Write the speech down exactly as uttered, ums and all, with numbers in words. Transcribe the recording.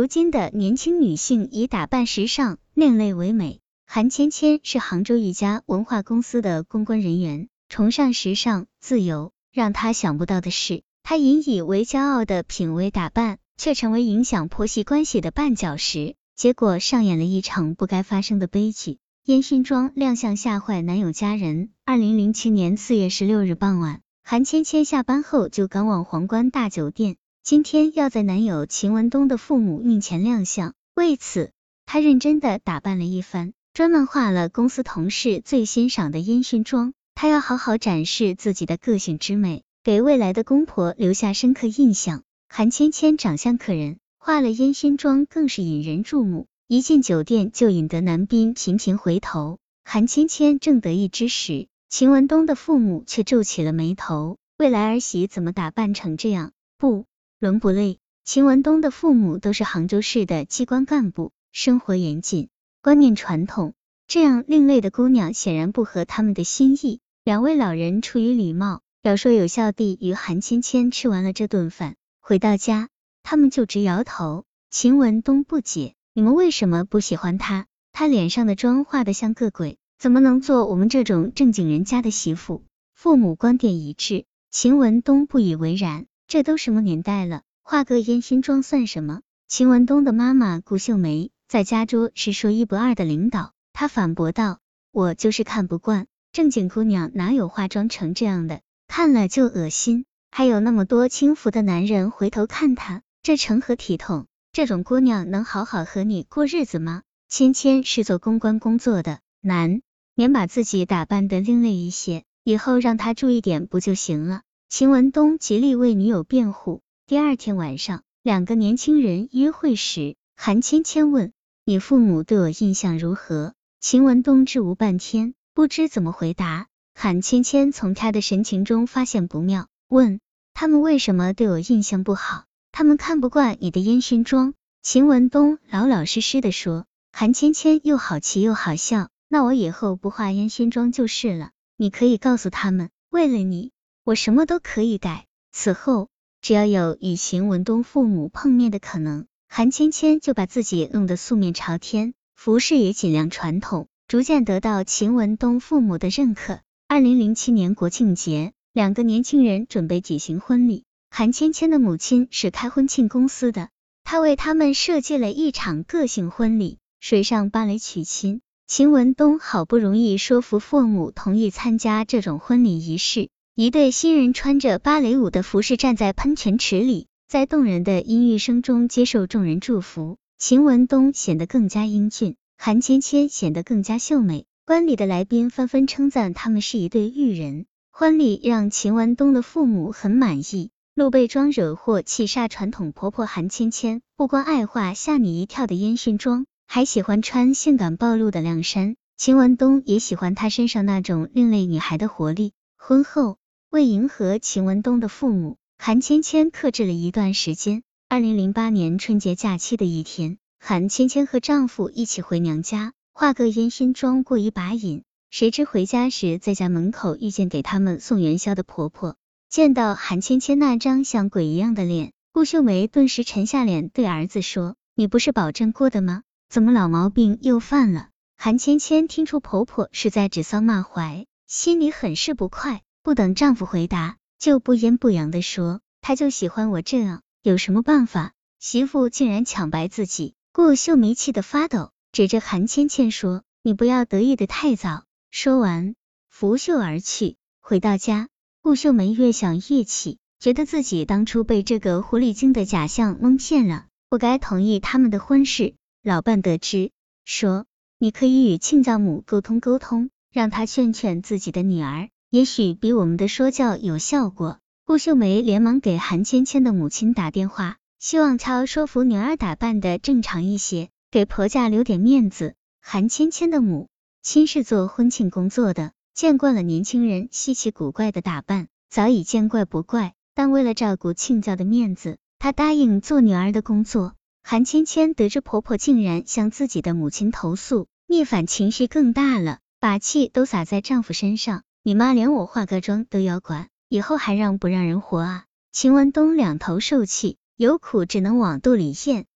如今的年轻女性以打扮时尚、另类为美。韩芊芊是杭州一家文化公司的公关人员，崇尚时尚、自由。让她想不到的是，她引以为骄傲的品味打扮，却成为影响婆媳关系的绊脚石，结果上演了一场不该发生的悲剧。烟熏妆亮相吓坏男友家人。二零零七年四月十六日傍晚，韩芊芊下班后就赶往皇冠大酒店，今天要在男友秦文东的父母面前亮相。为此，她认真的打扮了一番，专门化了公司同事最欣赏的烟熏妆。她要好好展示自己的个性之美，给未来的公婆留下深刻印象。韩芊芊长相可人，化了烟熏妆更是引人注目，一进酒店就引得男宾频频回头。韩芊芊正得意之时，秦文东的父母却皱起了眉头，未来儿媳怎么打扮成这样，不伦不类。秦文东的父母都是杭州市的机关干部，生活严谨，观念传统，这样另类的姑娘显然不合他们的心意。两位老人出于礼貌，有说有笑地与韩芊芊吃完了这顿饭。回到家，他们就直摇头。秦文东不解，你们为什么不喜欢他？他脸上的妆化得像个鬼，怎么能做我们这种正经人家的媳妇？父母观点一致，秦文东不以为然，这都什么年代了，化个烟熏妆算什么？秦文东的妈妈顾秀梅在家中是说一不二的领导，她反驳道，我就是看不惯，正经姑娘哪有化妆成这样的，看了就恶心，还有那么多轻浮的男人回头看她，这成何体统？这种姑娘能好好和你过日子吗？芊芊是做公关工作的，难免把自己打扮得另类一些，以后让她注意点不就行了？秦文东极力为女友辩护。第二天晚上，两个年轻人约会时，韩芊芊问，你父母对我印象如何？秦文东支吾半天，不知怎么回答。韩芊芊从他的神情中发现不妙，问，他们为什么对我印象不好？他们看不惯你的烟熏妆。秦文东老老实实的说。韩芊芊又好气又好笑，那我以后不化烟熏妆就是了，你可以告诉他们，为了你，我什么都可以改。此后，只要有与秦文东父母碰面的可能，韩芊芊就把自己弄得素面朝天，服饰也尽量传统，逐渐得到秦文东父母的认可。二零零七年国庆节，两个年轻人准备举行婚礼。韩芊芊的母亲是开婚庆公司的，她为他们设计了一场个性婚礼，水上芭蕾娶亲。秦文东好不容易说服父母同意参加这种婚礼仪式，一对新人穿着芭蕾舞的服饰站在喷泉池里，在动人的音乐声中接受众人祝福。秦文东显得更加英俊，韩芊芊显得更加秀美，观礼的来宾纷纷称赞他们是一对玉人。婚礼让秦文东的父母很满意，陆贝庄惹祸气煞传统婆婆韩芊芊，不光爱化吓你一跳的烟熏妆，还喜欢穿性感暴露的亮衫。秦文东也喜欢她身上那种另类女孩的活力。婚后，为迎合秦文东的父母，韩芊芊克制了一段时间。二零零八年春节假期的一天，韩芊芊和丈夫一起回娘家，化个烟熏妆过一把瘾。谁知回家时，在家门口遇见给他们送元宵的婆婆，见到韩芊芊那张像鬼一样的脸，顾秀梅顿时沉下脸对儿子说，你不是保证过的吗？怎么老毛病又犯了？韩芊芊听出婆婆是在指桑骂槐，心里很是不快，不等丈夫回答，就不烟不扬地说，他就喜欢我这样，有什么办法？媳妇竟然抢白自己。顾秀梅气得发抖，指着韩芊芊说，你不要得意得太早。说完，拂袖而去。回到家，顾秀梅越想越气，觉得自己当初被这个狐狸精的假象蒙骗了，不该同意他们的婚事。老伴得知，说，你可以与亲丈母沟通沟通，让他劝劝自己的女儿，也许比我们的说教有效果。顾秀梅连忙给韩芊芊的母亲打电话，希望她说服女儿打扮的正常一些，给婆家留点面子。韩芊芊的母亲是做婚庆工作的，见惯了年轻人稀奇古怪的打扮，早已见怪不怪，但为了照顾亲家的面子，她答应做女儿的工作。韩芊芊得知婆婆竟然向自己的母亲投诉，逆反情绪更大了，把气都撒在丈夫身上，你妈连我化个妆都要管，以后还让不让人活啊？秦文东两头受气，有苦只能往肚里咽，